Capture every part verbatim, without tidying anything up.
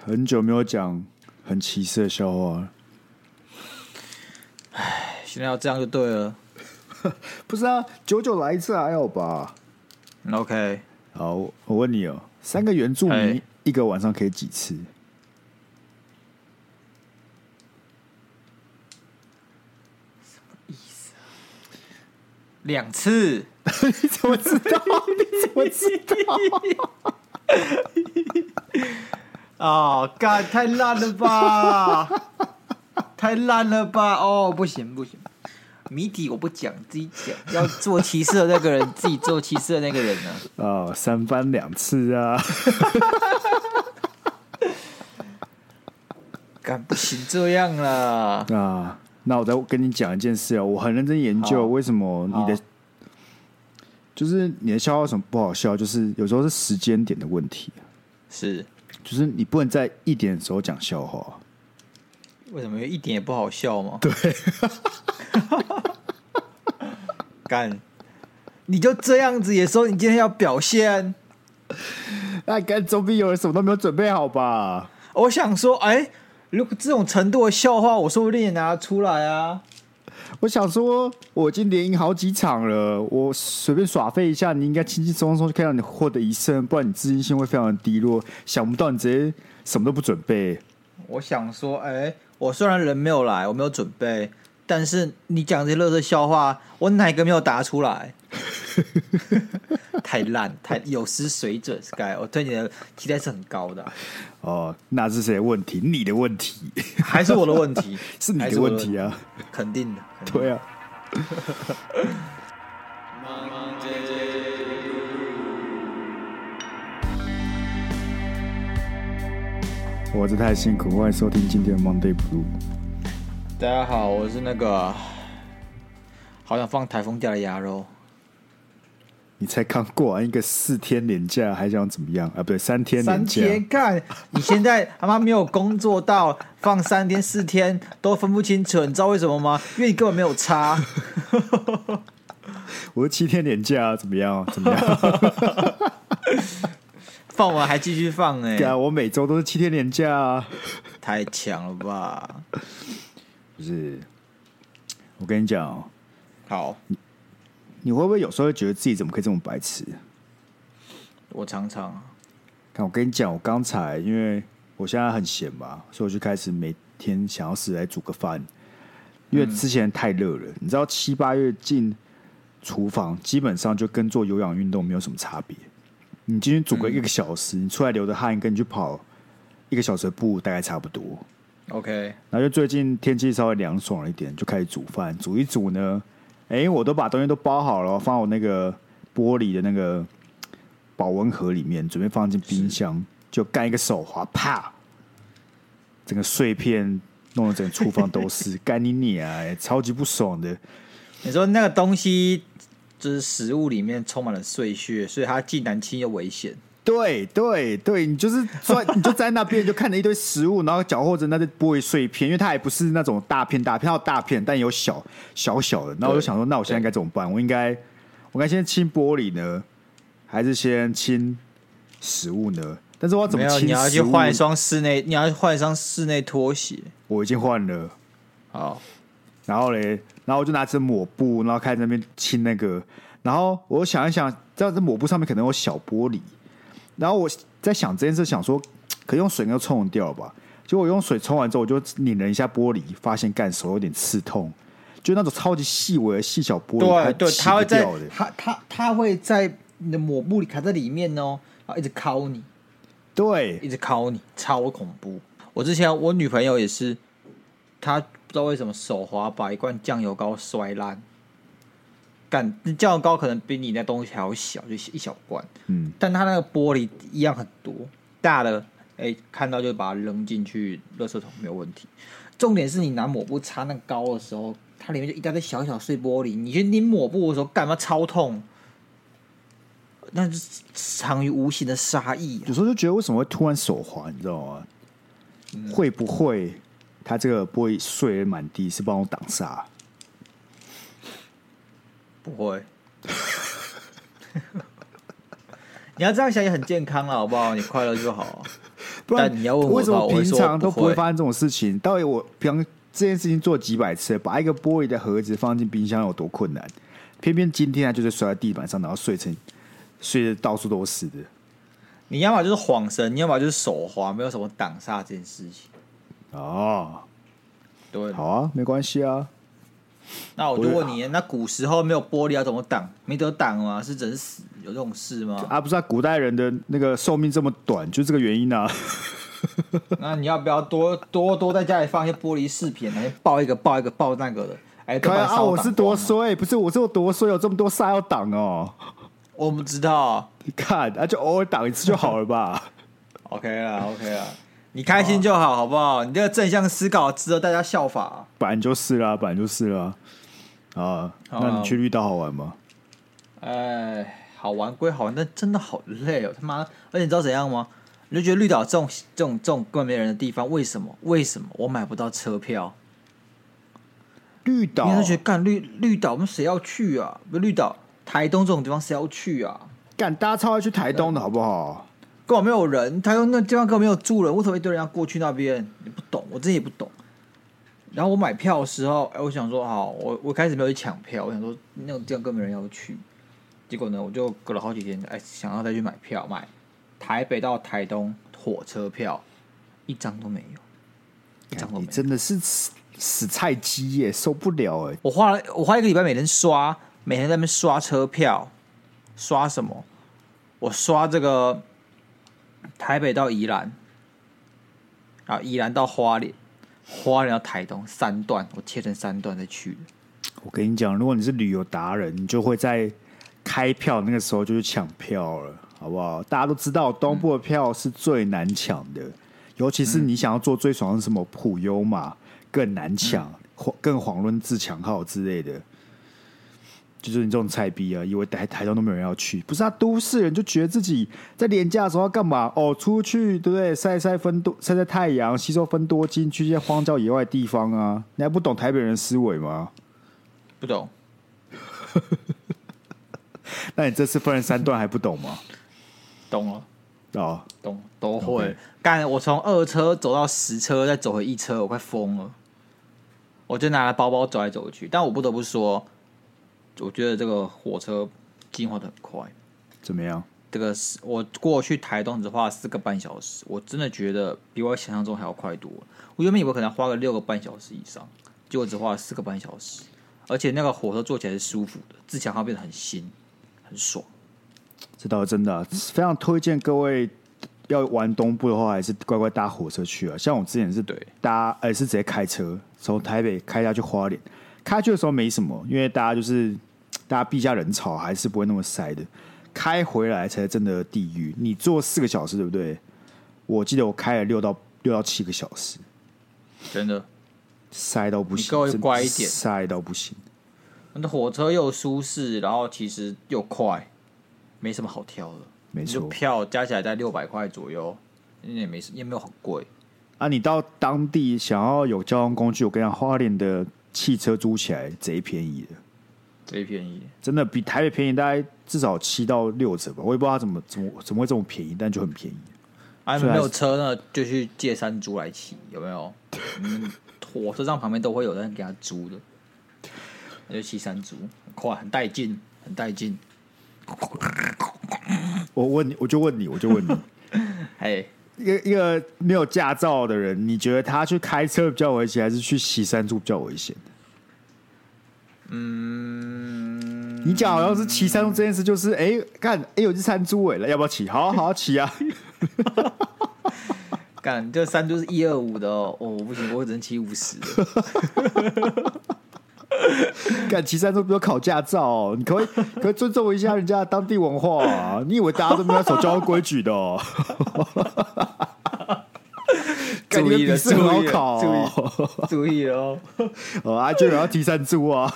很久没有讲很歧视的笑话了。 唉，现在要这样就对了。 不是啊，久久来一次还好吧 ？OK， 好，我问你哦，三个原住民一个晚上可以几次？ 什么意思啊？两次？ 你怎么知道？你怎么知道？ 哦，干，太烂了吧！太烂了吧！哦，不行不行，谜底我不讲，自己讲。要做歧视的那个人，自己做歧视的那个人呢？ 哦，三番两次啊！ 干，不行这样啦！ 啊，那我再跟你讲一件事啊，我很认真研究为什么你的，就是你的笑话为什么不好笑，就是有时候是时间点的问题。 是， 就是你不能在一点的时候讲笑话。 为什么？一点也不好笑吗？ 对。 干，你就这样子也说你今天要表现？ 那干总比有人什么都没有准备好吧？ 我想说，哎、欸，如果这种程度的笑话，我说不定也拿得出来啊。 我想说，我已经连赢好几场了，我随便耍废一下，你应该轻轻松松就可以让你获得一胜，不然你自信心会非常的低落。想不到你直接什么都不准备。 我想说，哎、欸，我虽然人没有来，我没有准备，但是你讲这些垃圾笑话，我哪个没有答出来？太烂，太有失水准 ，Sky， 我对你的期待是很高的、啊。 哦，那是谁的问题？你的问题， 还是我的问题？ 是你的问题啊！ 肯定的，肯定的对啊。我这太辛苦，欢迎收听今天的 Monday Blue。 大家好，我是那个好想放台风假的鸭肉。 你才刚过完一个四天连假，还想怎么样啊？不对，三天连假。 三天干，你现在他妈没有工作到放三天四天都分不清楚，你知道为什么吗？因为你根本没有差。 我是七天连假、啊，怎么样？怎么样？ 放完还继续放哎、欸！ 对啊，我每周都是七天连假啊， 太强了吧？ 不是，我跟你讲、哦， 好。 你会不会有时候会觉得自己怎么可以这么白痴？ 我常常， 看我跟你讲，我刚才因为我现在很闲嘛，所以我就开始每天想要试来煮个饭。因为之前太热了，你知道七八月进厨房基本上就跟做有氧运动没有什么差别。你进去煮个一个小时，嗯、你出来流的汗跟你去跑一个小时的步大概差不多。 OK， 然后就最近天气稍微凉爽了一点，就开始煮饭，煮一煮呢。哎、欸，我都把东西都包好了，放我那个玻璃的那个保温盒里面，准备放进冰箱。就干一个手滑，啪，整个碎片弄得整个厨房都是，干你娘、欸，超级不爽的。 你说那个东西就是食物里面充满了碎屑，所以它既难清又危险。 对对对，你就是坐，你就在那边就看着一堆食物，然后搅和着那个玻璃碎片，因为它也不是那种大片大片，它有大片，但有小小小的。然后我就想说，那我现在该怎么办？我应该，我应该先清玻璃呢，还是先清食物呢？但是我要怎么清食物？ 你要去换一双室内，你要换一双室内拖鞋。 我已经换了。 好， 然后嘞，然后我就拿着抹布，然后开始那边清那个。然后我想一想，在这抹布上面可能有小玻璃。然后我在想这件事，想说可以用水应该冲掉了吧？结果我用水冲完之后，我就拧了一下玻璃，发现干手有点刺痛，就那种超级细微的细小玻璃， 对对，它会在的它它它会在你的抹布里卡在里面哦，然后一直敲你， 对， 一直敲你，超恐怖。我之前我女朋友也是，她不知道为什么手滑把一罐酱油膏摔烂。干酱油膏可能比你那东西还要小，就一小罐，嗯，但它那个玻璃一样很多，大的，哎、欸，看到就把它扔进去垃圾桶没有问题。重点是你拿抹布擦那个膏的时候，它里面就一大堆小小碎玻璃，你去拧抹布的时候，干嘛超痛？那是藏于无形的杀意、啊。 有时候就觉得为什么会突然手滑，你知道吗？嗯、会不会它这个玻璃碎满地是帮我挡煞？ 不会，你要这样想也很健康了，好不好？你快乐就好。 不然但你要问我为什么平常都不会不会发生这种事情？到底我平常这件事情做几百次，把一个玻璃的盒子放进冰箱有多困难？偏偏今天他就是摔在地板上，然后碎成碎的到处都是的。 你要么就是晃神，你要么就是手滑，没有什么挡煞这件事情。 哦， 对， 好啊，没关系啊。 那我就问你，那古时候没有玻璃要怎么挡？没得挡吗？是整死？有这种事吗？ 啊，不是啊，古代人的那个寿命这么短，就这个原因啊。 那你要不要多多多在家里放一些玻璃饰品，来抱一个抱一个抱那个的？哎，都把啊，我是多衰， 不是我是有多衰，有这么多煞要挡哦。 我们知道， 你看，啊，就偶尔挡一次就好了吧。 OK 啦 ，OK 啦，你开心就好，好不好？你这个正向思考值得大家效法、啊。 本来就是啦，本来就是啦。啊，那你去绿岛好玩吗？ 哎，好玩归好玩，但真的好累哦，他妈！而且你知道怎样吗？你就觉得绿岛这种这种这种根本没人的地方，为什么？为什么我买不到车票？ 绿岛， 你都觉得干绿绿岛，我们谁要去啊？不，绿岛、台东这种地方谁要去啊？ 干，大家超爱去台东的好不好？ 根本没有人，台东那地方根本没有住人，为什么一堆人要过去那边？你不懂，我真的也不懂。然后我买票的时候，哎，我想说，好，我我开始没有去抢票，我想说那种地方根本没人要去。结果呢，我就隔了好几天，哎，想要再去买票，买台北到台东火车票，一张都没有，一张都没有。 你真的是死死菜鸡耶，受不了哎！ 我花了我花一个礼拜，每天刷，每天在那边刷车票，刷什么？我刷这个台北到宜兰，然后宜兰到花莲，花莲到台东三段，我切成三段再去。 我跟你讲，如果你是旅游达人，你就会在开票那个时候就去抢票了，好不好？大家都知道东部的票是最难抢的，嗯、尤其是你想要做最爽的什么普悠玛更难抢，嗯、更遑论自强号之类的。就是你这种菜逼啊，以为台台东都没有人要去，不是啊？都市人就觉得自己在连假的时候要干嘛？哦，出去对不对？晒晒分多，晒晒太阳，吸收分多精，去一些荒郊野外的地方啊！你还不懂台北人的思维吗？ 不懂。 那你这次分了三段还不懂吗？ 懂了， 哦， 懂都会。干、okay. 我从二车走到十车，再走回一车，我快疯了。我就拿了包包走来走去，但我不得不说。我觉得这个火车进化的很快， 怎么样？ 这个我过去台东只花了四个半小时，我真的觉得比我想象中还要快多了。我原本以为可能花个六个半小时以上，结果只花了四个半小时，而且那个火车坐起来是舒服的，自强号变得很新，很爽。 这倒是真的、啊，非常推荐各位要玩东部的话，还是乖乖搭火车去啊。像我之前是对搭，呃，是直接开车从台北开下去花莲，开去的时候没什么，因为大家就是。大家避下人潮，还是不会那么塞的。开回来才真的地狱。你坐四个小时，对不对？我记得我开了六到六到七个小时， 真的塞到不行。 你各位乖一点， 塞到不行。 那火车又舒适，然后其实又快，没什么好挑的。 没错， 票加起来在六百块左右，也没也没有很贵。 啊，你到当地想要有交通工具，我跟你讲，花莲的汽车租起来贼便宜的。 贼便宜， 真的比台北便宜，大概至少七到六折吧。我也不知道它怎么怎么怎么会这么便宜，但就很便宜。 啊，没有车呢，就去借山猪来骑，有没有？嗯，火车站旁边都会有人给他租的，就骑山猪，很快，很带劲，很带劲。 我问你，我就问你，我就问你， 哎， 一个一个没有驾照的人，你觉得他去开车比较危险，还是去骑山猪比较危险？ 嗯， 你讲好像是骑山猪这件事，就是哎，干哎有只山猪哎，要不要骑？好好好骑啊！ 干这山猪是一二五的哦，哦我不行，我只能骑五十的。 干骑山猪不要考驾照哦，你可不可以可不可以尊重一下人家的当地文化啊？你以为大家都没有守交通规矩的哦？ 注意了， 注意了， 注意，注意了哦！ 哦，啊，就有要提山猪啊！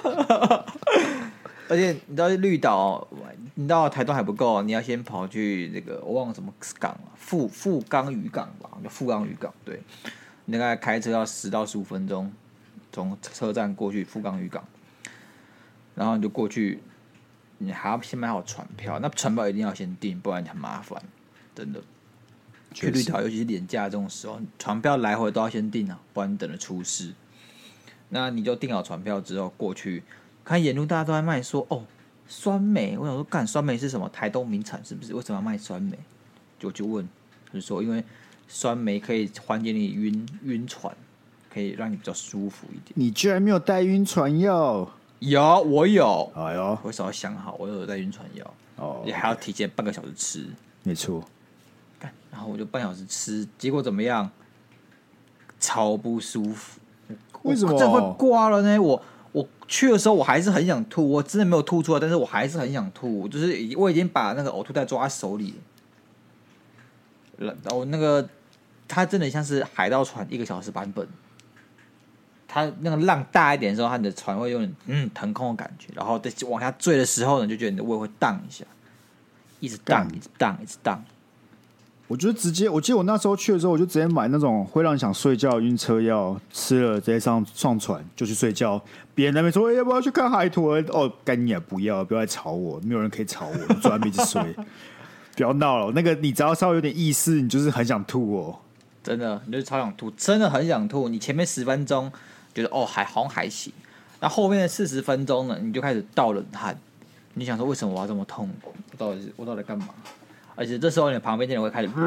而且你知道绿岛，你到台东还不够，你要先跑去这个我忘了什么港了，富富冈渔港吧，叫富冈渔港。对，你大概开车要十到十五分钟，从车站过去富冈渔港，然后你就过去，你还要先买好船票，那船票一定要先订，不然很麻烦，真的。 去绿岛，尤其是廉价这种时候，船票来回都要先订啊，不然你等着出事。那你就订好船票之后过去，看沿路大家都在卖说哦酸梅，我想说干酸梅是什么？台东名产是不是？为什么要卖酸梅？就就问，就是说因为酸梅可以缓解你晕晕船，可以让你比较舒服一点。 你居然没有带晕船药？ 有，我有。 哎呦， 我早想好，我有带晕船药， 哦， 也还要提前半个小时吃。 没错。 然后我就半小时吃，结果怎么样？超不舒服。 为什么？ 这会挂了呢？我我去的时候我还是很想吐，我真的没有吐出来，但是我还是很想吐，就是我已经把那个呕吐袋抓在手里了。然后那个它真的像是海盗船一个小时版本，它那个浪大一点的时候，它的船会有点嗯腾空的感觉，然后在往下坠的时候呢，就觉得你的胃会荡一下，一直荡，一直荡，一直荡。 我觉得直接，我记得我那时候去的时候，我就直接买那种会让你想睡觉晕车药，吃了直接上上船就去睡觉。别人那边说、欸、要不要去看海豚？哦，干你也不要，不要来吵我，没有人可以吵我，你坐在那边一直睡，不要闹了。那个你只要稍微有点意识，你就是很想吐哦， 真的，你就超想吐，真的很想吐。你前面十分钟觉得哦还好像还行，那后面的四十分钟呢，你就开始倒冷汗，你想说为什么我要这么痛苦？我到底我到底干嘛？而且这时候你旁边的人会开始，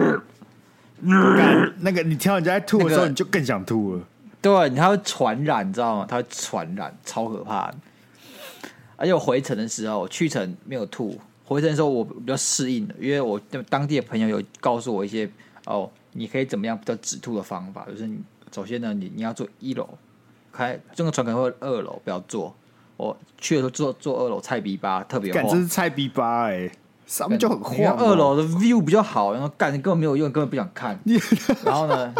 干那个你听到人家在吐的时候， 那个、 你就更想吐了。 对，它会传染，你知道吗？它会传染，超可怕的。而且我回程的时候，去程没有吐，回程的时候我比较适应了，因为我当地的朋友有告诉我一些哦，你可以怎么样比较止吐的方法，就是你首先呢，你你要坐一楼，开这个船可能会二楼，不要坐。我去的时候坐坐二楼，菜逼吧特别晃， 这是菜逼吧哎、欸。上面就很晃、哦， 二楼的 view 比较好，然后干你根本没有用，根本不想看。然后呢，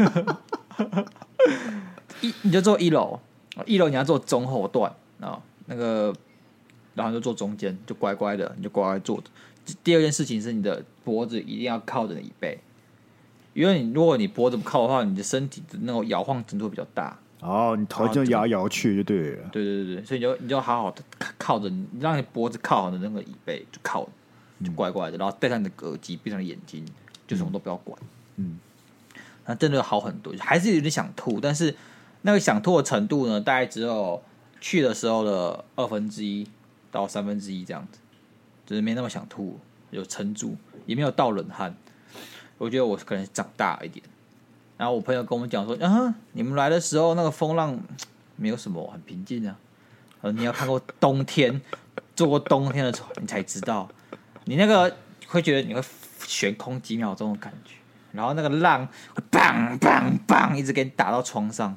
一你就坐一楼，一楼你要坐中后段啊，那个，然后就坐中间，就乖乖的，你就乖乖坐着。第二件事情是你的脖子一定要靠着椅背，因为你如果你脖子不靠的话，你的身体的那种摇晃程度会比较大。 哦，你头就摇来摇去就对了。 对对对对，所以你就你就好好的靠着，你让你脖子靠好的那个椅背就靠着。就乖乖的，然后戴上你的耳机，闭上眼睛，就什么都不要管。嗯，那真的好很多，还是有点想吐，但是那个想吐的程度呢，大概只有去的时候的二分之一到三分之一这样子，就是没那么想吐，有撑住，也没有倒冷汗。我觉得我可能长大一点。然后我朋友跟我们讲说，啊，你们来的时候那个风浪没有什么，很平静啊。呃，你要看过冬天，坐过冬天的船，你才知道。你那个会觉得你会悬空几秒钟的感觉，然后那个浪会砰砰砰一直给你打到床上，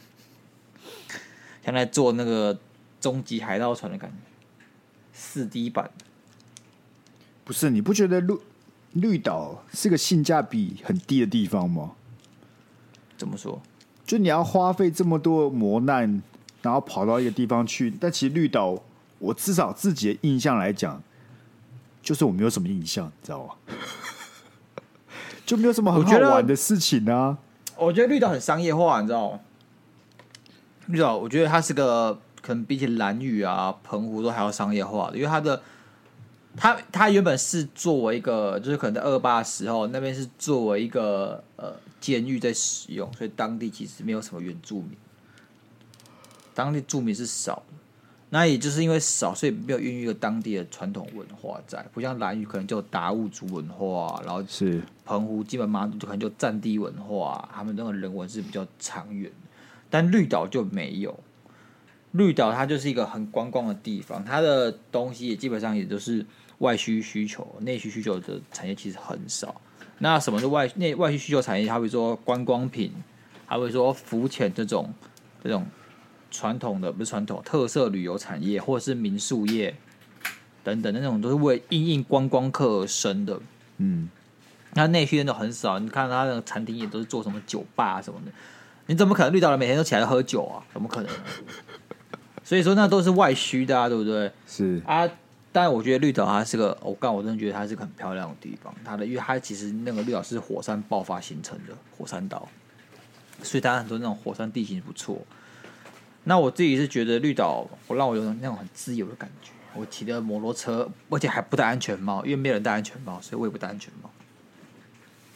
像在坐那个终极海盗船的感觉，四 D 版。 不是，你不觉得绿绿岛是个性价比很低的地方吗？ 怎么说？ 就你要花费这么多磨难，然后跑到一个地方去，但其实绿岛，我至少自己的印象来讲。就是我没有什么印象，你知道吗？就没有什么很好玩的事情啊。 我觉得绿岛很商业化，你知道吗？绿岛，我觉得它是个可能比起兰屿啊、澎湖都还要商业化的，因为它的它它原本是作为一个，就是可能在二八的时候，那边是作为一个呃监狱在使用，所以当地其实没有什么原住民，当地住民是少的。那也就是因为少，所以没有孕育了当地的传统文化在，不像兰屿可能就有达悟族文化，然后是澎湖、基本马祖就可能就战地文化，他们那个人文是比较长远的，但绿岛就没有。绿岛它就是一个很观光的地方，它的东西也基本上也都是外需需求，内需需求的产业其实很少。那什么是外内外需需求产业？好比说观光品，还会说浮潜这种这种。传统的不是传统特色旅游产业，或者是民宿业等等那种，都是为因应观光客而生的。嗯，那内需真的很少。你看他的餐厅也都是做什么酒吧什么的，你怎么可能绿岛人每天都起来喝酒啊？怎么可能？所以说那都是外需的啊，对不对？ 是啊，但我觉得绿岛它是个，我、哦、干，我真的觉得它是个很漂亮的地方。它的因为它其实那个绿岛是火山爆发形成的火山岛，所以它很多那种火山地形不错。那我自己是觉得绿岛，我让我有那种很自由的感觉。我骑的摩托车，而且还不戴安全帽，因为没有人戴安全帽，所以我也不戴安全帽。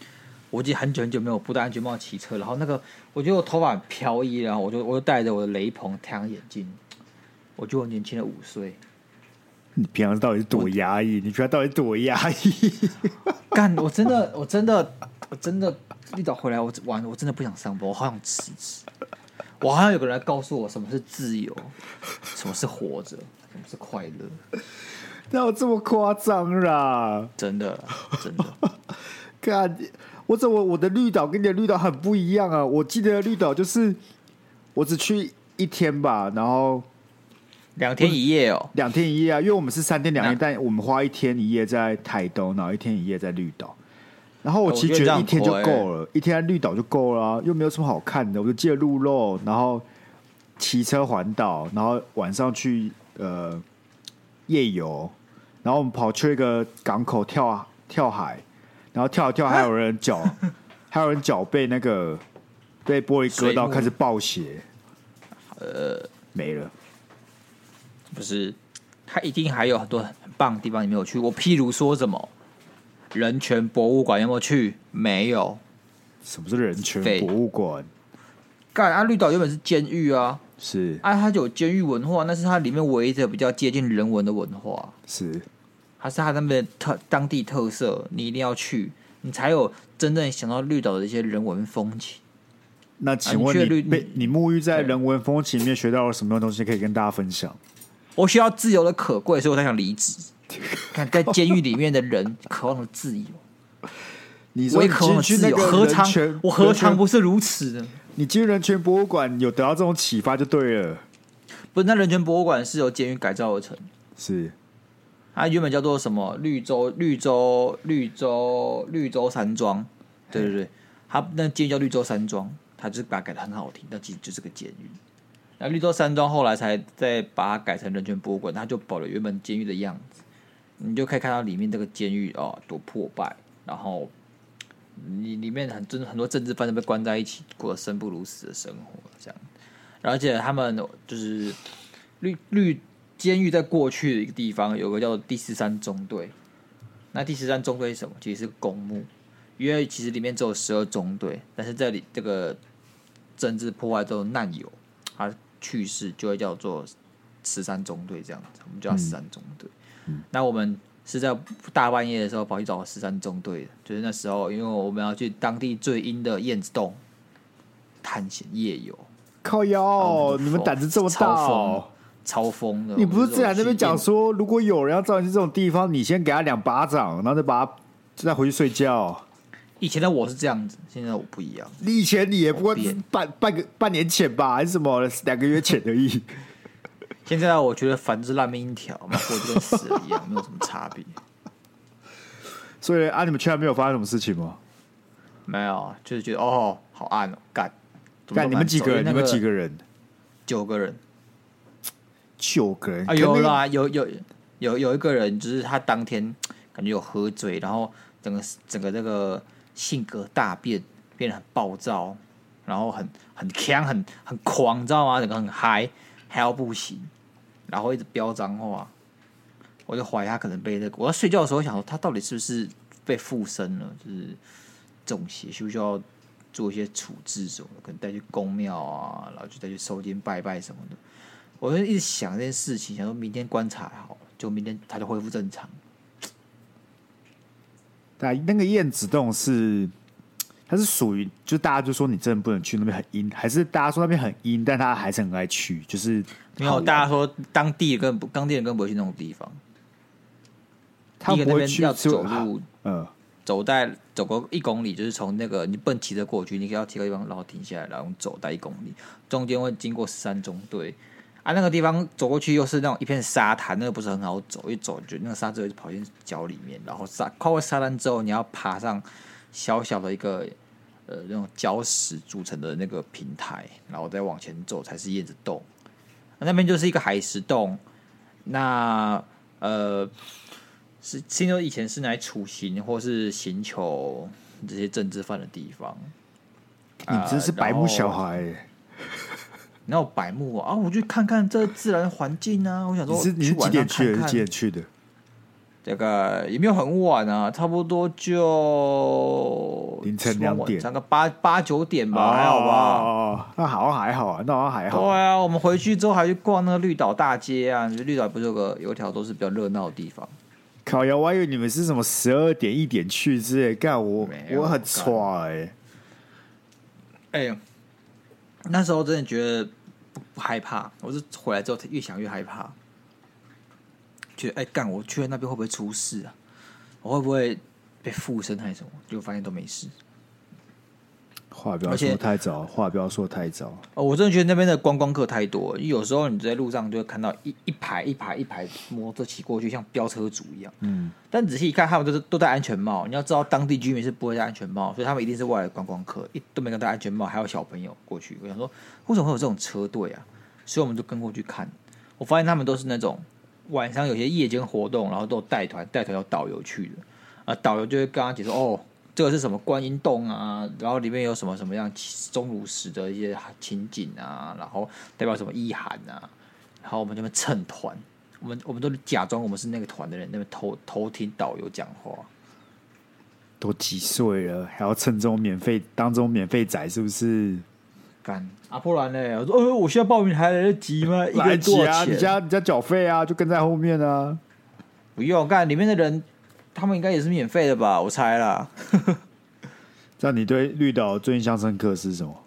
我已经很久很久没有不戴安全帽骑车，然后那个我觉得我头发很飘逸，然后我就我就戴着我的雷朋太阳眼镜，我觉得我年轻了五岁。 你平常到底是多压抑？你平常到底多压抑？ 干！我真的，我真的，我真的遇到回来，我完，我真的不想上班，我好想辞职。我好像有个人来告诉我什么是自由，什么是活着，什么是快乐。 哪有这么夸张啦？ 真的，真的。 看，我怎么我的绿岛跟你的绿岛很不一样啊？我记得绿岛就是我只去一天吧，然后。 两天一夜哦， 两天一夜啊，因为我们是三天两夜，但我们花一天一夜在台东，然后一天一夜在绿岛。然后我其实觉得一天就够了，一天在绿岛就够了、啊，又没有什么好看的。我就记得鹿肉，然后骑车环岛，然后晚上去呃夜游，然后我们跑去一个港口跳跳海，然后跳跳还有人脚，还有人脚被那个被玻璃割到开始爆血，呃，没了。 不是，它一定还有很多很棒的地方你没有去过。譬如说什么人权博物馆有没有去？没有。 什么是人权博物馆？ 干啊，绿岛原本是监狱啊， 是啊，它就有监狱文化，那是它里面唯一的比较接近人文的文化。 是， 它是它那边的特当地特色，你一定要去，你才有真正想到绿岛的一些人文风情。 那请问你被你沐浴在人文风情里面学到了什么样的东西可以跟大家分享？ 我需要自由的可贵，所以我才想离职。看在监狱里面的人渴望的自由， 你说我也渴望的自由，何尝我何尝不是如此呢？ 你进人权博物馆有得到这种启发就对了。 不是，那人权博物馆是由监狱改造而成， 是它原本叫做什么绿洲绿洲绿洲绿洲山庄，对对对，它那监狱叫绿洲山庄，它就是把它改得很好听，但其实就是个监狱。那绿洲山庄后来才再把它改成人权博物馆，它就保留原本监狱的样子，你就可以看到里面这个监狱哦多破败，然后你里面很真很多政治犯都被关在一起，过生不如死的生活这样。而且他们就是绿绿监狱在过去的一个地方有个叫做第十三中队，那第十三中队是什么？其实是个公墓，因为其实里面只有十二中队，但是这里这个政治破坏之后难有他去世就会叫做十三中队这样子，我们叫十三中队、嗯嗯。那我们是在大半夜的时候跑去找十三中队的，就是那时候因为我们要去当地最阴的燕子洞探险夜游。 靠腰，你们胆子这么大哦！ 超疯的！ 你不是之前那边讲说，如果有人要找你去这种地方，你先给他两巴掌，然后再把他再回去睡觉。 以前的我是这样子，现在我不一样。 你以前你也不过半半个半年前吧，还是什么两个月前而已。 现在我觉得反之烂命一条，嘛，活就跟死了一样，没有什么差别。 所以啊，你们居然没有发生什么事情吗？ 没有，就是觉得哦，好暗哦，干干！你们几个人？你们几个人？ 九个人。 九个人啊，有啦，有有有有一个人，就是他当天感觉有喝醉，然后整个整个这个性格大变，变得很暴躁，然后很很强，很很狂，你知道吗？整个很嗨，嗨到不行，然后一直飙脏话。我就怀疑他可能被那个，我在睡觉的时候想说，他到底是不是被附身了？就是中邪，需不需要做一些处置什么的？可能带去宫庙啊，然后就带去收金拜拜什么的。我就一直想这件事情，想说明天观察好，就明天他就恢复正常。 对，那个燕子洞是，它是属于，就大家就说你真的不能去那边很阴，还是大家说那边很阴，但他还是很爱去，就是没有大家说当地人跟当地人根本不会去那种地方。 他不会去， 要走路， 嗯， 走带走个一公里，就是从那个你不能骑车过去，你可以要骑个地方，然后停下来，然后走带一公里，中间会经过十三中队啊，那个地方走过去又是那种一片沙滩，那个不是很好走，一走就那个沙子会跑进脚里面，然后沙跨过沙滩之后，你要爬上小小的一个呃那种礁石组成的那个平台，然后再往前走才是燕子洞，那边就是一个海石洞，那呃。是，听说以前是拿来处刑或是刑求这些政治犯的地方。 你真是白目小孩、欸！ 然后白目啊，我去看看这自然环境啊！我想说， 你是你是几点去的？是几点去的？ 这个也没有很晚啊，差不多就凌晨两点， 上个八八九点吧，哦、还好吧？ 哦，那好像还好啊，那好像还好。 对啊，我们回去之后还去逛那个绿岛大街啊，绿岛不是有个有一条都是比较热闹的地方。 靠呀，我还以为你们是什么十二点一点去之类，干我我很差哎、 欸。哎、欸，那时候真的觉得不不害怕，我是回来之后越想越害怕。觉得哎干，我去了那边会不会出事啊？我会不会被附身还是什么？结果发现都没事。 话不要说太早，话不要说太早。 哦，我真的觉得那边的观光客太多了，有时候你在路上就会看到一一排一排一排摩托车骑过去，像飙车族一样。嗯。但仔细一看，他们都是都戴安全帽。你要知道，当地居民是不会戴安全帽，所以他们一定是外来的观光客，一都没有戴安全帽，还有小朋友过去。我想说，为什么会有这种车队啊？所以我们就跟过去看。我发现他们都是那种。晚上有些夜间活动，然后都有带团，带团有导游去的，啊，导游就会跟他解说，哦，这个是什么观音洞啊，然后里面有什么什么样钟乳石的一些情景啊，然后代表什么意涵啊，然后我们就会蹭团，我们我们都假装我们是那个团的人，那边偷偷听导游讲话。 都几岁了，还要蹭这种免费当这种免费仔，是不是？ 干啊，不然呢？我说，呃，我现在报名还来得及吗？一个人多少钱？ 你家你家缴费啊，就跟在后面啊。 不用干，里面的人他们应该也是免费的吧？我猜啦。 这样你对绿岛最印象深刻是什么？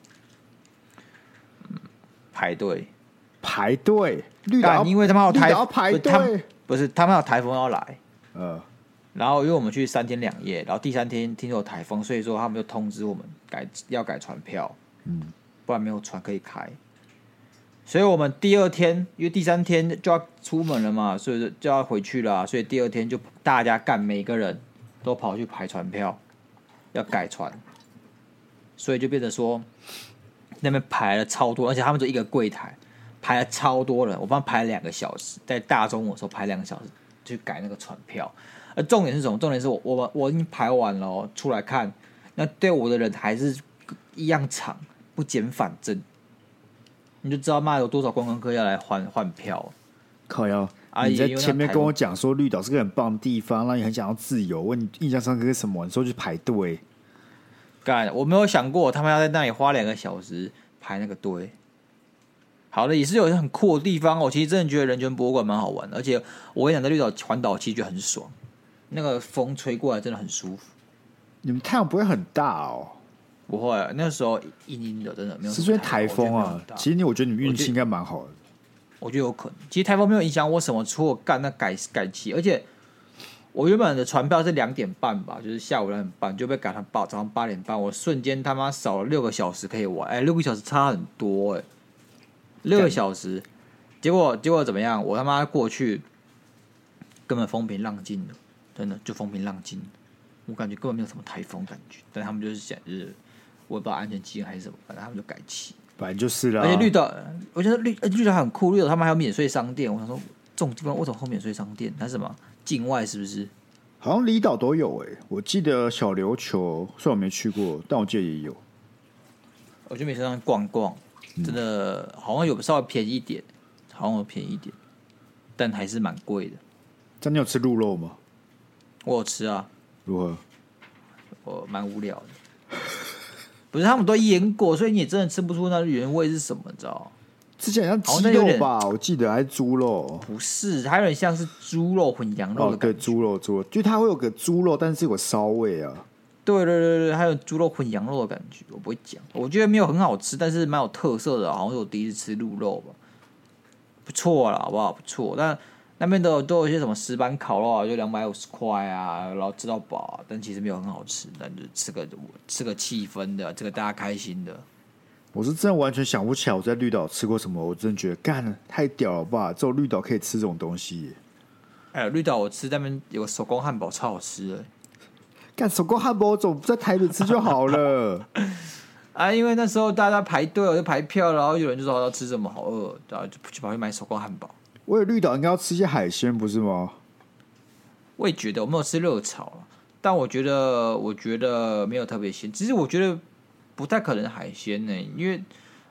排队， 排队。绿岛因为他们有台要排队， 不是他们有台风要来。 呃， 然后因为我们去三天两夜，然后第三天听说有台风，所以说他们就通知我们改要改船票。嗯。不然没有船可以开，所以我们第二天，因为第三天就要出门了嘛，所以就要回去了、啊，所以第二天就大家干，每个人都跑去排船票，要改船，所以就变成说那边排了超多，而且他们就一个柜台排了超多人，我帮排了两个小时，在大中午的时候排两个小时去改那个船票，而重点是什么？重点是我我我已经排完了、哦，出来看，那对我的人还是一样长。不减反增，你就知道妈有多少观光客要来换换票。 靠腰，你在前面跟我讲说绿岛是个很棒的地方，让你很想要自由。问你印象深刻是什么？你说去排队。 干，我没有想过他们要在那里花两个小时排那个队。好的，也是有一些很酷的地方。我其实真的觉得人权博物馆蛮好玩的，而且我跟你讲，在绿岛环岛其实觉得很爽，那个风吹过来真的很舒服。 你们太阳不会很大哦？ 不会、啊，那时候阴阴的，真的没有。 是因为台风啊？其实你，我觉得你们运气应该蛮好的。 我觉得有可能。其实台风没有影响我什么，除了干那改改期，而且我原本的船票是两点半吧，就是下午两点半就被改成早上八点半，我瞬间他妈少了六个小时可以玩。哎、欸，六个小时差很多哎、欸，六个小时，结果结果怎么样？我他妈过去根本风平浪静的，真的就风平浪静，我感觉根本没有什么台风感觉，但他们就是想就是。我也不知道安全基因还是什么，反正他们就改期。 本来就是啦。 而且绿岛，我觉得绿绿岛很酷，绿岛他们还有免税商店。我想说，这种地方为什么会免税商店？它是什么？境外是不是？ 好像离岛都有诶、欸。我记得小琉球，虽然我没去过，但我记得也有。 我去免税商店逛逛，真的好像有稍微便宜一点，好像有便宜一点，但还是蛮贵的。 这你有吃鹿肉吗？ 我有吃啊。 如何？ 我蛮无聊的。不是他们都腌过，所以你也真的吃不出那原味是什么，你知道？ 之前像鸡肉吧，我记得还是猪肉。 不是，它有点像是猪肉混羊肉的感觉。 哦，对，猪肉，猪肉，就它会有个猪肉，但是有骚味啊。 对对对对，还有猪肉混羊肉的感觉。我不会讲，我觉得没有很好吃，但是蛮有特色的，好像是我第一次吃鹿肉吧，不错啦，好不好？不错，但。那边都有都有一些什么石板烤肉啊，就两百五十块啊，然后吃到饱、啊，但其实没有很好吃，但就吃个吃个气氛的，这个大家开心的。 我是真的完全想不起来我在绿岛吃过什么，我真的觉得干太屌了吧！只有绿岛可以吃这种东西。 哎，绿岛我吃那边有个手工汉堡，超好吃的。 干手工汉堡，我怎么不在台北吃就好了？ 啊，因为那时候大家排队，我就排票，然后有人就说要吃什么，好饿，然后就去跑去买手工汉堡。 我有绿岛应该要吃些海鲜，不是吗？ 我也觉得我没有吃热炒，但我觉得我觉得没有特别鲜。其实我觉得不太可能海鲜呢、欸，因为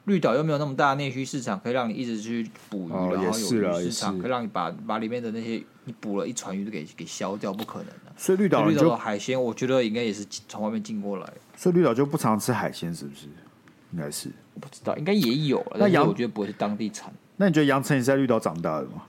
绿岛又没有那么大的内需市场，可以让你一直去捕鱼， 哦、 然后有鱼市场可以让你把把里面的那些你捕了一船鱼都给给消掉，不可能的。 所以绿岛绿岛的海鲜，我觉得应该也是从外面进过来。 所以绿岛就不常吃海鲜，是不是？应该是， 我不知道，应该也有， 那但是我觉得不会是当地产。 那你觉得杨丞琳是在绿岛长大的吗？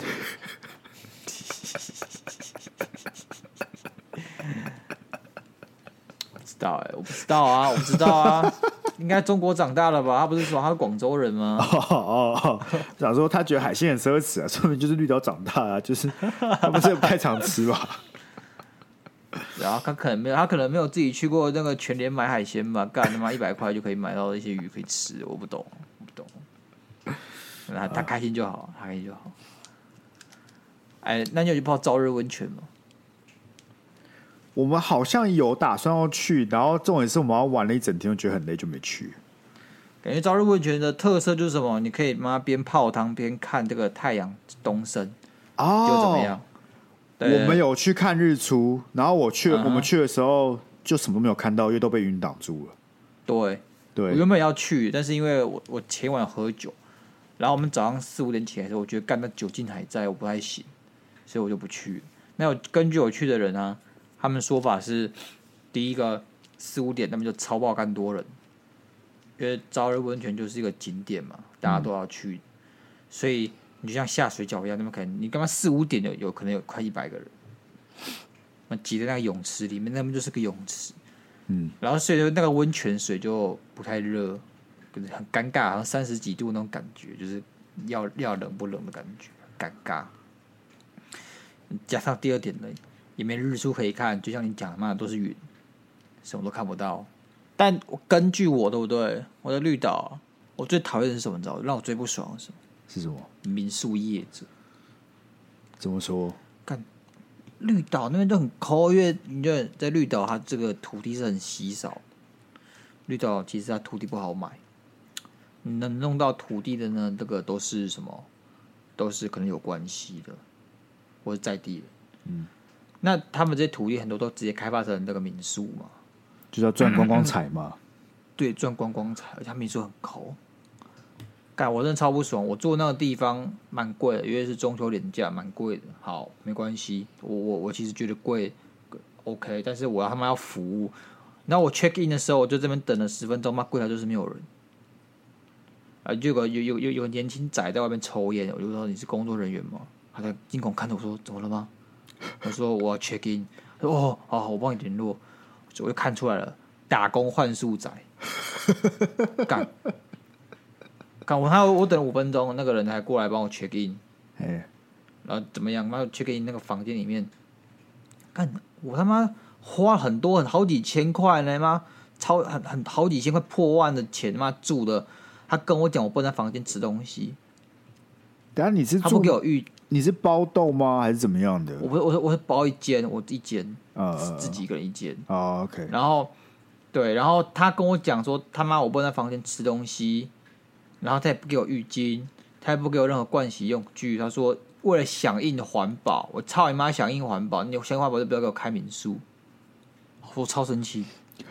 我不知道哎、欸，我不知道啊，我不知道啊，应该中国长大了吧？他不是说他是广州人吗？ 哦哦哦，想说他觉得海鲜很奢侈啊，说明就是绿岛长大啊，就是他不是不太常吃吧？ 然后他可能没有，他可能没有自己去过那个全联买海鲜吧？干他妈一百块就可以买到一些鱼可以吃，我不懂，我不懂。他他开心就好，他开心就好。哎，那你有去泡朝日温泉吗？ 我们好像有打算要去，然后重点是我们要玩了一整天，我觉得很累，就没去。 感觉朝日温泉的特色就是什么？你可以妈边泡汤边看这个太阳东升， 哦， 就怎么样？ 我们有去看日出，然后我去、 嗯、 我们去的时候就什么都没有看到，因为都被云挡住了。 对， 对， 我原本要去，但是因为我我前晚喝酒，然后我们早上四五点起来的时候，我觉得干那酒劲还在，我不太行，所以我就不去。那有根据我去的人啊，他们说法是，第一个四五点他们就超爆干多人，因为朝日温泉就是一个景点嘛，大家都要去，嗯、所以。你就像下水饺一样，那么可能你干嘛四五点有有可能有快一百个人，那挤在那个泳池里面，那边就是个泳池， 嗯， 然后所以就那个温泉水就不太热，很尴尬，好像三十几度那种感觉，就是要要冷不冷的感觉，尴尬。加上第二点呢，也没日出可以看，就像你讲的嘛，都是云，什么都看不到。但根据我对不对，我的绿岛，我最讨厌的是什么？你知道，让我最不爽的是什么？ 是什么？ 民宿业者怎么说？ 干绿岛那边都很抠，因为你觉得在绿岛，它这个土地是很稀少。绿岛其实它土地不好买，你能弄到土地的呢，这个都是什么？都是可能有关系的，或者在地的。 嗯， 那他们这些土地很多都直接开发成这个民宿嘛， 就叫赚观光财嘛。 对，赚观光财，而且他民宿很抠。干，我真的超不爽！我住那个地方蛮贵的，因为是中秋连假，蛮贵的。好，没关系，我我我其实觉得贵 ，OK， 但是我要他妈要服务。然后我 check in 的时候，我就这边等了十分钟，妈柜台就是没有人。啊，就有个有有有有年轻仔在外面抽烟，我就说你是工作人员吗？他在惊恐看着我说怎么了吗？我说我要 check in， 他说哦好，我帮你联络。我就看出来了，打工换宿仔，干。看我他我等了五分钟，那个人还过来帮我 check in， 然后怎么样？妈 check in 那个房间里面，看我他妈花很多很好几千块呢，妈超很很好几千块破万的钱，妈住的。他跟我讲我不能在房间吃东西。 等下你是住他不给我预， 你是包栋吗？还是怎么样的？ 我不我我是包一间，我一间， 呃、 自己一个人一间。 哦 ，OK。 然后对，然后他跟我讲说他妈我不能在房间吃东西。然后他也不给我浴巾，他也不给我任何盥洗用具。他说为了响应环保，我操你妈响应环保！你有响应环保就不要给我开民宿。我超生气，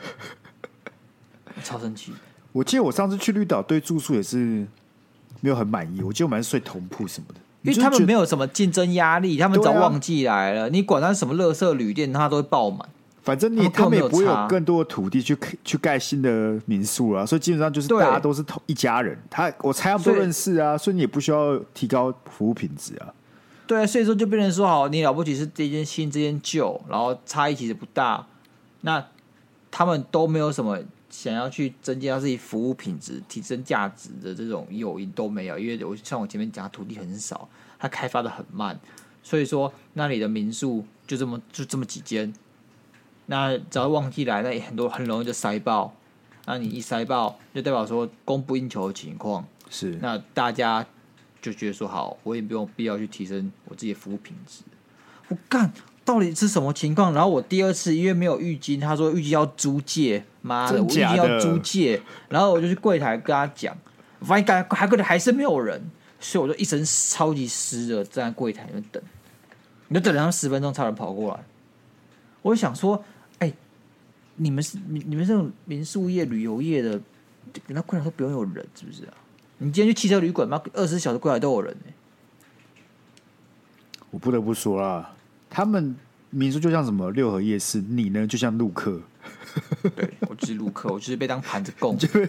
超生气。 我记得我上次去绿岛对住宿也是没有很满意，我记得我们是睡同铺什么的， 因为他们没有什么竞争压力，他们早旺季来了，啊、你管他什么垃圾旅店，他都会爆满。 反正你他们也不会有更多的土地去去盖新的民宿啊，所以基本上就是大家都是同一家人。他我猜他们都认识啊，所以你也不需要提高服务品质啊。 对啊，所以说就变成说，好，你了不起是这间新，这间旧，然后差异其实不大。那他们都没有什么想要去增加自己服务品质、提升价值的这种诱因都没有，因为我像我前面讲，土地很少，它开发的很慢，所以说那里的民宿就这么就这么几间。那只要旺季来，那也很多很容易就塞爆。那你一塞爆，就代表说供不应求的情况。 是， 那大家就觉得说好，我也不用必要去提升我自己的服务品质。我干，到底是什么情况？然后我第二次因为没有浴巾，他说浴巾要租借，妈的，我浴巾要租借。然后我就去柜台跟他讲，发现还还还是没有人，所以我就一身超级湿的站在柜台那边等，你就等了他十分钟才有人跑过来。我就想说。你们是你们这种民宿业、旅游业的， 那柜台都不用有人，是不是啊？你今天去汽车旅馆，妈二十四小时柜台都有人呢、欸。 我不得不说啦，他们民宿就像什么六合夜市，你呢就像陆客。 对，我就是陆客，我就是被当盘子供。 对，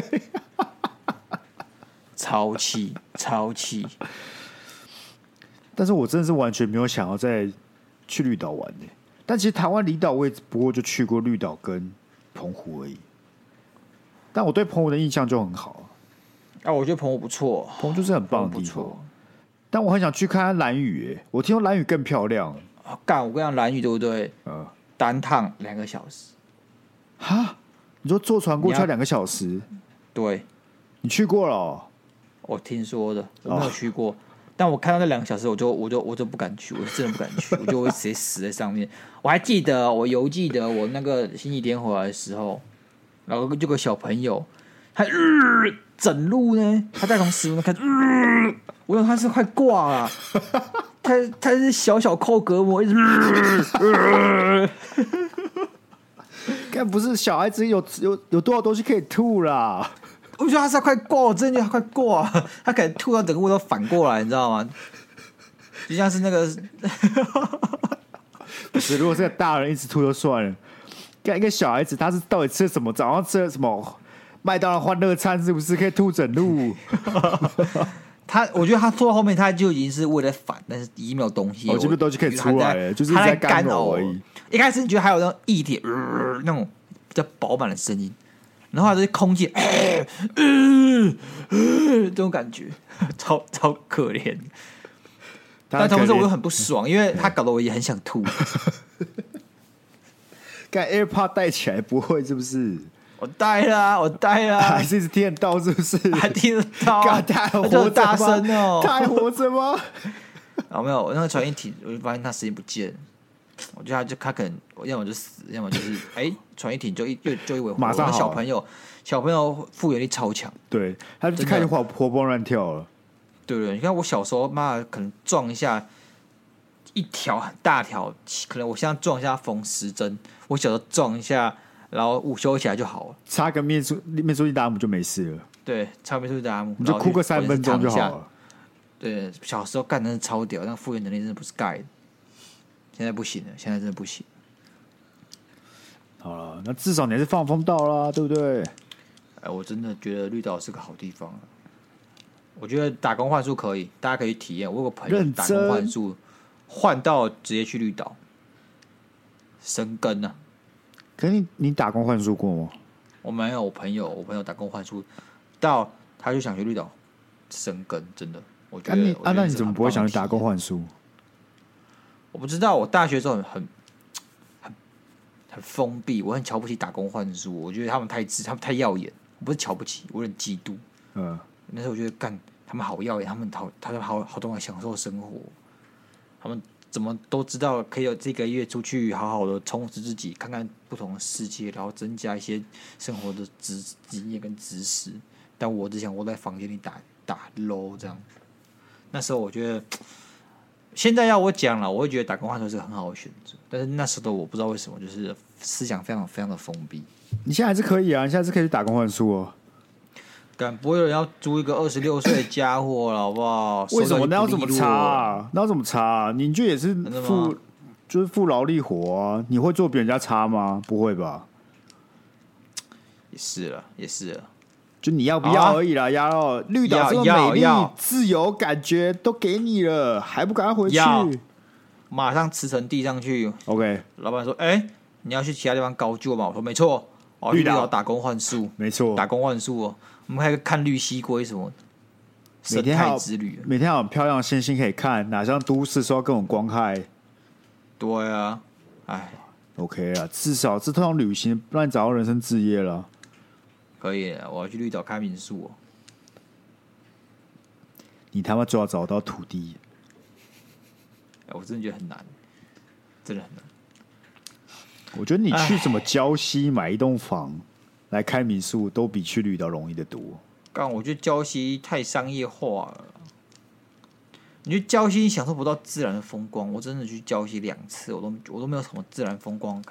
超气，超气。 但是我真的是完全没有想要再去绿岛玩的、欸。但其实台湾离岛我也不过就去过绿岛跟澎湖而已。但我对澎湖的印象就很好啊，我觉得澎湖不错， 澎湖就是很棒的地方。但我很想去看看兰屿、欸，我听说兰屿更漂亮。 干、啊，我跟你讲，兰屿对不对？ 呃， 单趟两个小时。 哈？你说坐船过去要两个小时？ 对， 你去过了、哦？ 我听说的，我没有去过。哦、但我看到那两个小时，我就我就我就不敢去，我真的不敢去，我就会直接死在上面。我还记得，我犹记得我那个星期天回来的时候，然后就个小朋友，他、呃、整路呢，他在从石门开始，呃、我想他是快挂了，他他是小小扣隔膜，一直。呃该不是小孩子有有有多少东西可以吐啦？ 我觉得他是快挂，我真的觉得他快挂，他可能吐到整个味都反过来，你知道吗？就像是那个， 不是，如果是个大人一直吐就算了，干一个小孩子，他是到底吃了什么？早上吃了什么麦当劳欢乐餐？是不是可以吐整路？ 他，我觉得他吐到后面，他就已经是为了反，但是已经没有东西。 我这边东西可以出来了，就是在干呕而已。 一开始你觉得还有那种液体、呃、那种比较饱满的声音，然后还是空气、呃呃呃，这种感觉，超超可怜。但同时我又很不爽，因为他搞得我也很想吐。 干 AirPod 戴起来不会是不是？ 我戴了、啊，我戴了、啊， 还是一直听得到是不是？ 还听得到、啊， 他还活着吗？ 大声哦， 他还活着吗？ 啊没有，我那个船一停，我就发现他声音不见了。我觉得他就他可能要么就死，要么就是哎船、欸、一停就一就就一尾活。 马上好。 小朋友小朋友复原力超强， 对，他就开始活活蹦乱跳了。 对对，你看我小时候妈可能撞一下一条很大条，可能我现在撞一下缝十针，我小时候撞一下。然后午休起来就好了， 擦个面舒面舒利达姆就没事了。 对，擦面舒利达姆， 你就哭个三分钟就好了。 对，小时候干的是超屌，那复原能力真的不是盖的。现在不行了，现在真的不行。 好了，那至少你还是放风到啦，对不对？ 哎，我真的觉得绿岛是个好地方。我觉得打工换宿可以，大家可以体验。我有个朋友打工换宿，换到直接去绿岛生根啊。 可是你你打工换宿过吗？ 我没有，我朋友我朋友打工换宿到他就想去绿岛生根，真的，我觉得。啊你啊，那你怎么不会想去打工换宿？ 我不知道，我大学的时候很很很很封闭，我很瞧不起打工换宿，我觉得他们太自，他们太耀眼，我不是瞧不起，我很嫉妒。嗯，那时候我觉得干他们好耀眼，他们好，他们好好懂得享受生活，他们。怎么都知道可以有这个月出去好好的充实自己，看看不同的世界，然后增加一些生活的知经验跟知识。但我只想窝在房间里打打 low 这样。那时候我觉得，现在要我讲了，我会觉得打工换宿是个很好的选择。但是那时候我不知道为什么，就是思想非常非常的封闭。 你现在还是可以啊，你现在是可以去打工换宿哦。 敢不会有人要租一个二十六岁的家伙了，好不好？ 为什么？那要怎么查啊？那要怎么查啊？你就也是付，就是付劳力活啊？你会做比人家差吗？不会吧？ 也是了，也是了。 就你要不要而已啦，丫头。绿岛这么美丽，自由感觉都给你了，还不赶快回去？ 马上辞呈递上去。 OK， 老板说：“哎、欸，你要去其他地方高就吗？”我说：“没错，哦，绿岛打工换宿， 没错， 打工换宿哦。”我们还有看绿蜥龟什么生态之旅， 每天还有漂亮的星星可以看，哪像都市受到各种光害。 对啊，哎 ，OK 啊，至少这趟旅行让你找到人生志业了。 可以，我要去绿岛开民宿哦。 你他妈就要找到土地， 哎，我真的觉得很难，真的很难。 我觉得你去什么礁溪买一栋房。来开民宿都比去绿岛容易得多。 干，我觉得礁溪太商业化了。你去礁溪享受不到自然的风光，我真的去礁溪两次，我都我都没有什么自然风光的感觉。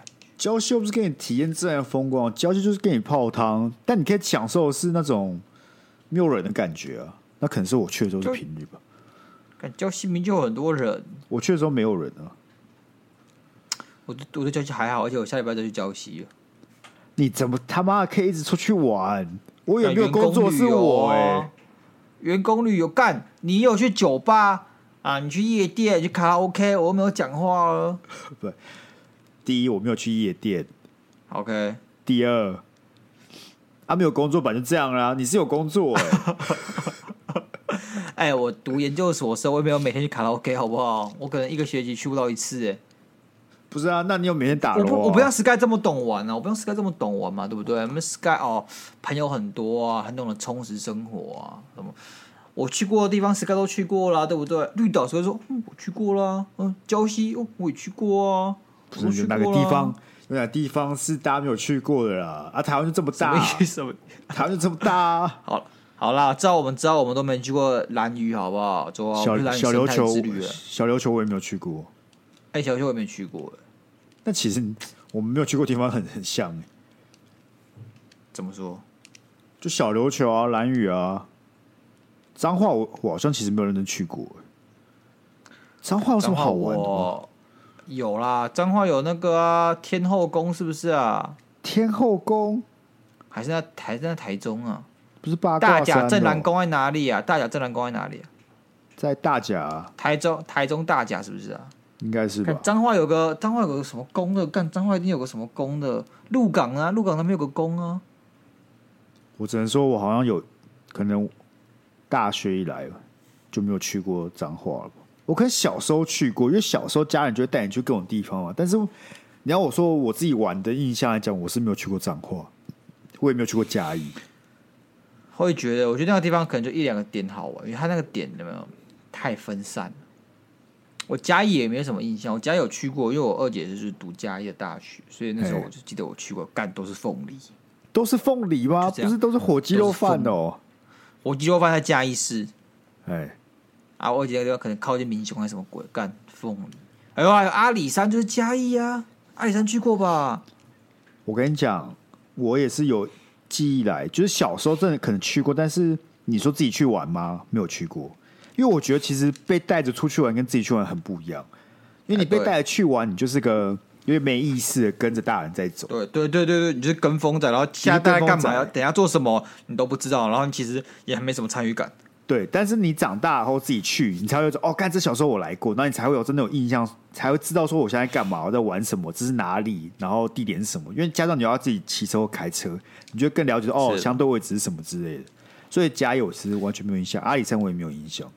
礁溪又不是给你体验自然风光，礁溪就是给你泡汤，但你可以享受的是那种没有人的感觉啊。那可能是我去的时候是平日吧。 礁溪明就有很多人， 我去的时候没有人啊。 我对我对礁溪还好，而且我下礼拜就去礁溪了。 你怎么他妈可以一直出去玩？我有没有工作是我哎、欸？ 员工旅游干，你有去酒吧啊？你去夜店、去卡拉 OK， 我又没有讲话了。 不，第一我没有去夜店 ，OK。 第二，啊没有工作本来就这样啦。你是有工作哎、欸。 哎、欸，我读研究所的时候，我也没有每天去卡拉 OK， 好不好？我可能一个学期去不到一次、欸，哎。 不是啊，那你有每天打咯、啊？ 我不，我不像 Sky 这么懂玩啊，我不像 Sky 这么懂玩嘛，对不对？我们 Sky 哦，朋友很多啊，很懂得充实生活啊，什么？我去过的地方 Sky 都去过啦，对不对？绿岛所以说，嗯，我去过啦，嗯，礁溪哦，我也去过啊。 不是有哪个地方？有哪个地方是大家没有去过的啦？啊，台湾就这么大、啊， 什么？ 台湾就这么大、啊。 好，好啦，知道我们知道我们都没去过兰屿，好不好？ 小小琉球，小琉球我也没有去过。 哎、欸，小琉球我也没去过、欸。 但其实我们没有去过地方很很像、欸， 怎么说？ 就小琉球啊、兰屿啊、彰化我，我好像其实没有认真去过、欸。彰化有什么好玩的吗？ 有啦，彰化有那个啊，天后宫是不是啊？ 天后宫还是在还是在台中啊？ 不是八大甲镇澜宫在哪里啊？大甲镇澜宫在哪里啊？ 在大甲、啊， 台中台中大甲是不是啊？ 应该是吧。 彰化有个彰化有个什么宫的？干彰化一定有个什么宫的？鹿港啊，鹿港那边有个宫啊。 我只能说，我好像有可能大学以来就没有去过彰化了。我可能小时候去过，因为小时候家人就会带你去各种地方嘛。但是你要我说我自己玩的印象来讲，我是没有去过彰化，我也没有去过嘉义。 会觉得，我觉得那个地方可能就一两个点好玩，因为它那个点有没有太分散了。我嘉义也没什么印象，我嘉义有去过，因为我二姐就是读嘉义的大学，所以那时候我就记得我去过，干都是凤梨， 都是凤梨吗？不是都是火鸡肉饭哦？ 火鸡肉饭在嘉义市， 哎， 啊，我二姐那个地方可能靠近民雄还是什么鬼，干凤梨。哎呦，还有阿里山就是嘉义啊，阿里山去过吧？ 我跟你讲，我也是有记忆来，就是小时候真的可能去过，但是你说自己去玩吗？没有去过。因为我觉得其实被带着出去玩跟自己去玩很不一样，因为你被带着去玩，你就是个有点没意识的跟着大人在走。 对对对对对，你就是跟风仔，然后现在大家干嘛，等一下做什么你都不知道，然后你其实也还没什么参与感。 对，但是你长大后自己去，你才会说哦，干这小时候我来过，那你才会有真的有印象，才会知道说我现在干嘛，我在玩什么，这是哪里，然后地点是什么。因为加上你要自己骑车或开车，你就更了解哦，相对位置是什么之类的。所以嘉义我其实完全没有印象，阿里山我也没有印象。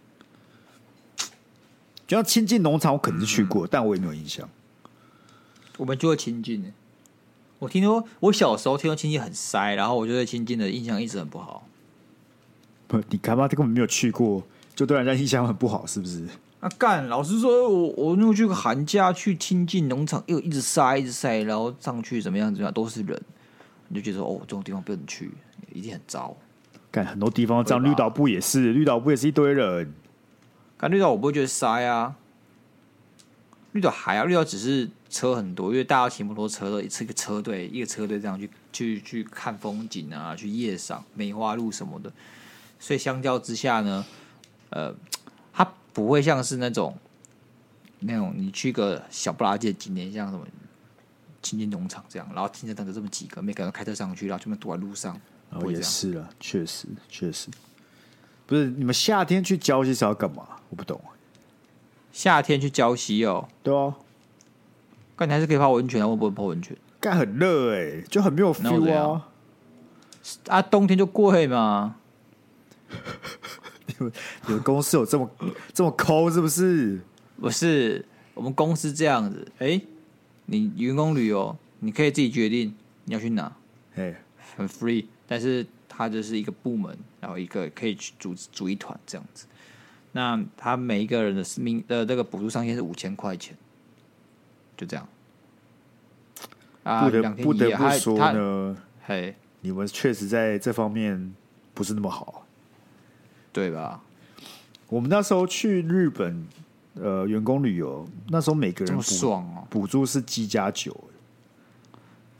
就像清境农场，我可能是去过，嗯、但我也没有印象。 我们就会清境，我听说我小时候听说清境很塞，然后我就对清境的印象一直很不好。 不，你干嘛？他根本没有去过，就对人家印象很不好，是不是？ 啊干！老实说，我我那个去个寒假去清境农场，又一直塞一直塞，然后上去怎么样怎么样都是人，你就觉得哦，这种地方不能去，一定很糟。 干很多地方这样，绿岛不也是？绿岛不也是一堆人？ 看绿岛我不会觉得塞啊，绿岛还啊，绿岛只是车很多，因为大家骑摩托车都一个车队一个车队这样去去去看风景啊，去夜赏梅花鹿什么的，所以相较之下呢，呃，它不会像是那种那种你去个小不拉几的景点，像什么清境农场这样，然后停车等着这么几个，每个人开车上去，然后就堵在路上。 哦，也是了，确实确实。不是你们夏天去礁溪是要干嘛？我不懂。 夏天去礁溪哦， 对啊， 干你还是可以泡温泉啊，会不会泡温泉？ 干很热哎、欸，就很没有 feel 啊。 啊，冬天就贵嘛。 你们你们公司有这么这么抠是不是？ 不是，我们公司这样子。哎、欸，你员工旅游你可以自己决定你要去哪， 哎， 很 free， 但是它就是一个部门，然后一个可以去组组一团这样子。那他每一个人的名的这个补助上限是五千块钱，就这样。啊， 不得不得不说呢， 嘿， 你们确实在这方面不是那么好， 对吧？ 我们那时候去日本，呃，员工旅游，那时候每个人这么爽哦， 补助是机加酒，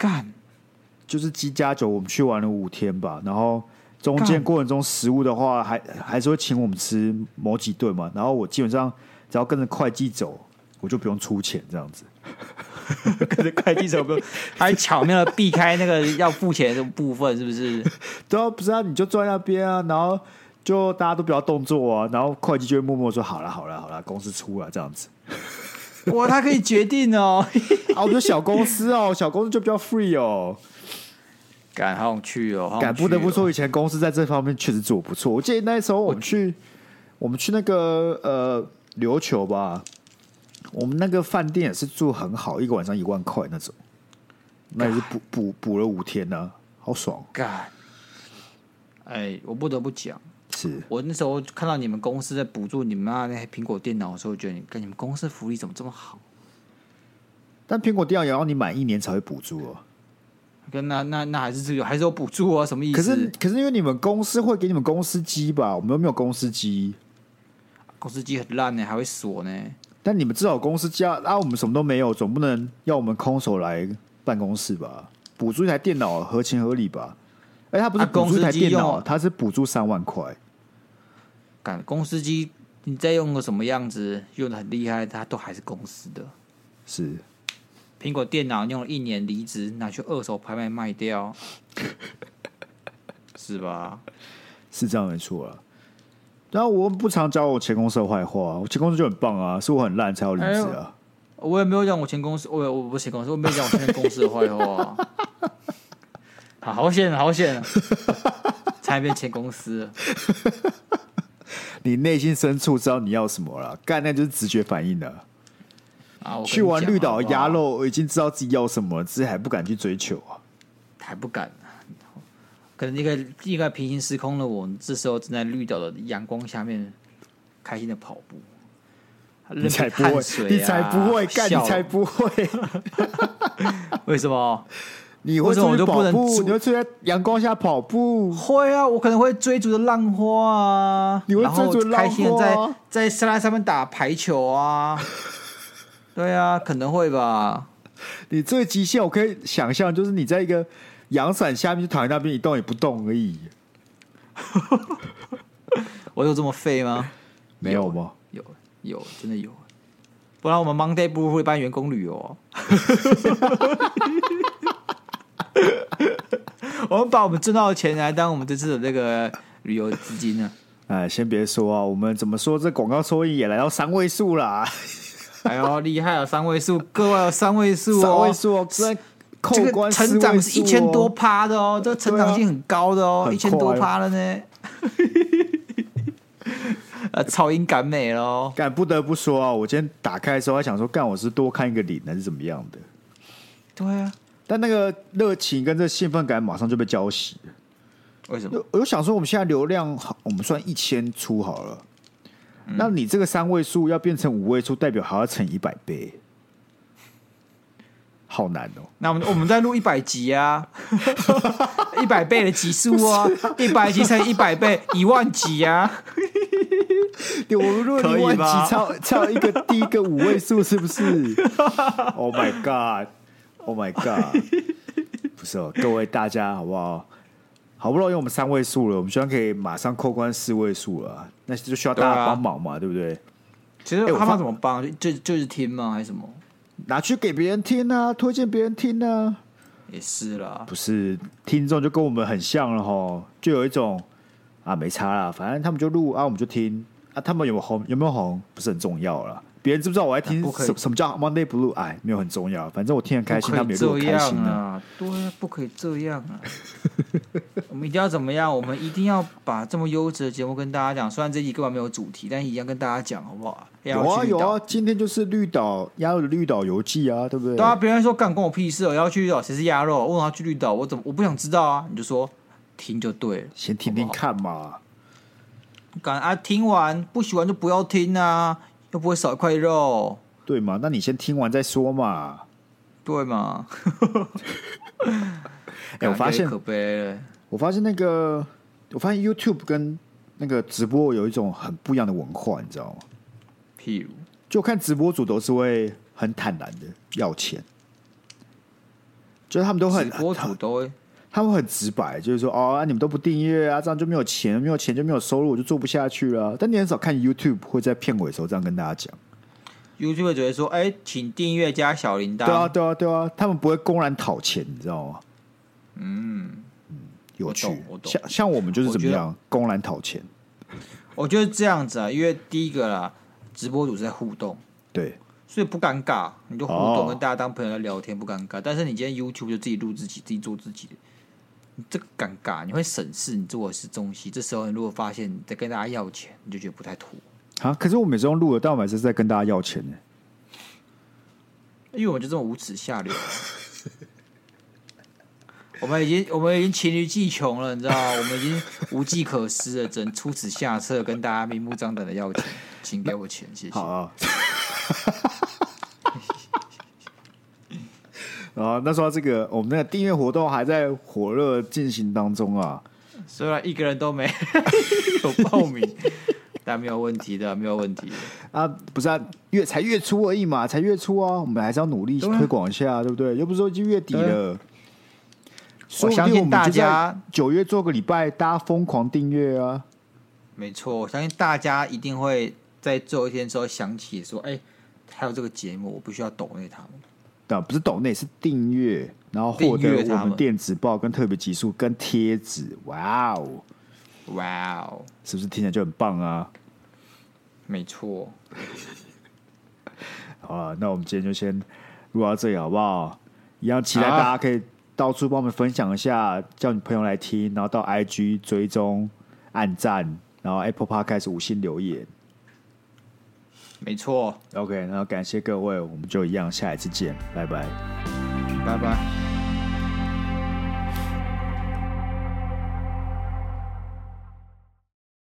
干， 就是机加酒，我们去玩了五天吧，然后中间过程中食物的话还还是会请我们吃某几顿嘛，然后我基本上只要跟着会计走，我就不用出钱这样子。 跟着会计走不用，还巧妙的避开那个要付钱的部分，是不是？ 对啊，不是啊，你就坐在那边啊，然后就大家都不要动作啊，然后会计就会默默说好了好了好了，公司出了这样子。 哇，他可以决定哦。 啊，我们就小公司哦，小公司就比较 free 哦。 敢好想去哦， 敢不得不说，以前公司在这方面确实做不错。我记得那时候我们去，我们去那个呃琉球吧，我们那个饭店也是住很好，一个晚上一万块那种，那也是补补补了五天呢、啊，好爽。 干，哎，我不得不讲， 是我那时候看到你们公司在补助你们那那苹果电脑的时候，觉得你跟你们公司福利怎么这么好？ 但苹果电脑也要你满一年才会补助哦。 跟那那那还是这个还是有补助啊？什么意思？ 可是可是因为你们公司会给你们公司机吧？我们又没有公司机， 公司机很烂呢，还会锁呢。 但你们至少有公司机啊，啊，我们什么都没有，总不能要我们空手来办公室吧？补助一台电脑合情合理吧？哎，他不是补助一台电脑，他、啊、是补助三万块。 干公司机，你再用个什么样子，用的很厉害，它都还是公司的。 是。 苹果电脑用了一年离职，拿去二手拍卖卖掉，是吧？ 是这样没错啊。然后我不常讲我前公司的坏话，我前公司就很棒啊，是我很烂才有离职啊、 哎。我也没有讲我前公司，我我不是前公司，我没有讲我前公司的坏话、啊。好险，好险，差点变前公司了。 你内心深处知道你要什么了，干那就是直觉反应了。 啊、 去完绿岛鸭肉，我已经知道自己要什么了，只是还不敢去追求啊， 还不敢、啊。可能一个一个平行时空的我，这时候正在绿岛的阳光下面开心的跑步。 你才不会， 啊、 你才不会干，你才不会。 为什么？ 你会出去跑步？你会出在阳光下跑步？ 会啊，我可能会追逐着浪花啊， 你会追逐浪花、啊， 开心的在在沙滩上面打排球啊。对啊，可能会吧。 你最极限，我可以想象，就是你在一个阳伞下面就躺在那边一动也不动而已。 我有这么废吗？ 没有吗？ 有有，真的有。不然我们 Monday 不会办员工旅游、哦。我们把我们挣到的钱来当我们这次的这个旅游资金呢。 哎，先别说啊，我们怎么说这广告收益也来到三位数啦。 哎呦，厉害啊！三位数，各位有三位数哦， 三位数哦，这扣关这个成长是一千多趴的哦，这个成长性很高的哦，一千、啊、多趴了呢。呃，超音感美咯。 干不得不说啊，我今天打开的时候还想说，干我是多看一个零还是怎么样的？ 对啊， 但那个热情跟这兴奋感马上就被浇熄了。 为什么？ 我就想说，我们现在流量我们算一千出好了。那你这个三位数要变成五位数，代表还要乘一百倍，好难哦。 那我们我们再录一百集啊，一百倍的集数啊，一百集乘一百倍，一万集啊。 我们录一万集超超一个第一个五位数，是不是 ？Oh my god! Oh my god! 不是哦，各位大家好不好？好不容易我们三位数了，我们希望可以马上扣关四位数了，那就需要大家帮忙嘛， 对,、啊、对不对？ 其实他们怎么帮？就就是听吗？还是什么？ 拿去给别人听啊，推荐别人听啊。 也是啦， 不是听众就跟我们很像了哈，就有一种啊没差啦，反正他们就录啊，我们就听啊，他们有没有红有没有红不是很重要啦。别人知不知道我在听什什么叫 Monday Blue？ 哎，没有很重要，反正我听很开心，他们也录很开心啊。对啊，不可以这样啊！我们一定要怎么样？我们一定要把这么优质的节目跟大家讲。虽然这集根本没有主题，但一样跟大家讲，好不好？ 有啊有啊，今天就是绿岛鸭肉的绿岛游记啊，对不对？ 对啊，别人说干关我屁事哦，要去绿岛谁是鸭肉？问他去绿岛，我怎么我不想知道啊？你就说听就对了， 先听听看嘛。 干啊，听完不喜欢就不要听啊。又不会少一块肉， 对嘛？那你先听完再说嘛， 对嘛？ 哎、欸，我发现可悲了。 我发现那个，我发现 YouTube 跟那个直播有一种很不一样的文化，你知道吗？ 譬如， 就看直播主都是会很坦然的要钱， 就是他们都很直播主都会， 他们很直白，就是说哦、啊，你们都不订阅啊，这样就没有钱，没有钱就没有收入，我就做不下去了。但你很少看 YouTube 会在片尾的时候这样跟大家讲。 YouTube 只会说，哎、欸，请订阅加小铃铛。 对啊，对啊，对啊，他们不会公然讨钱，你知道吗？ 嗯嗯，有趣。 我懂，我懂。 像像我们就是怎么样，公然讨钱。 我觉得这样子啊，因为第一个啦，直播主在互动， 对， 所以不尴尬，你就互动， 哦、 跟大家当朋友在聊天，不尴尬。但是你今天 YouTube 就自己录自己，自己做自己的，你这个尴尬，你会审视你做的是东西。这时候你如果发现你在跟大家要钱，你就觉得不太妥。 啊！可是我每次用录的，但我每次在跟大家要钱呢， 因为我们就这么无耻下流。我们已经我们已经黔驴技穷了，你知道吗？我们已经无计可施了，只能出此下策，跟大家明目张胆的要钱，请给我钱，谢谢。 好啊。啊，那说到这个，我们那个订阅活动还在火热进行当中啊。 虽然一个人都没有报名，但没有问题的，没有问题的啊！不是啊，月才月初而已嘛，才月初啊，我们还是要努力推广一下， 对, 对不对？又不是说已经月底了。 我相信大家九月做个礼拜，大家疯狂订阅啊！ 没错，我相信大家一定会在最后一天的时候想起说：“哎、欸，还有这个节目，我必须要抖内他们。” 啊，不是抖内，是订阅，然后获得我们电子报跟特别集数跟贴纸。哇哦， 哇哦， 是不是听起来就很棒啊？ 没错。 好了，那我们今天就先录到这里好不好？一样期待大家可以到处帮我们分享一下，叫你朋友来听，然后到 I G 追踪、按赞，然后 Apple Podcast 五星留言。 没错 ，OK，然后感谢各位，我们就一样，下一次见，拜拜， 拜拜。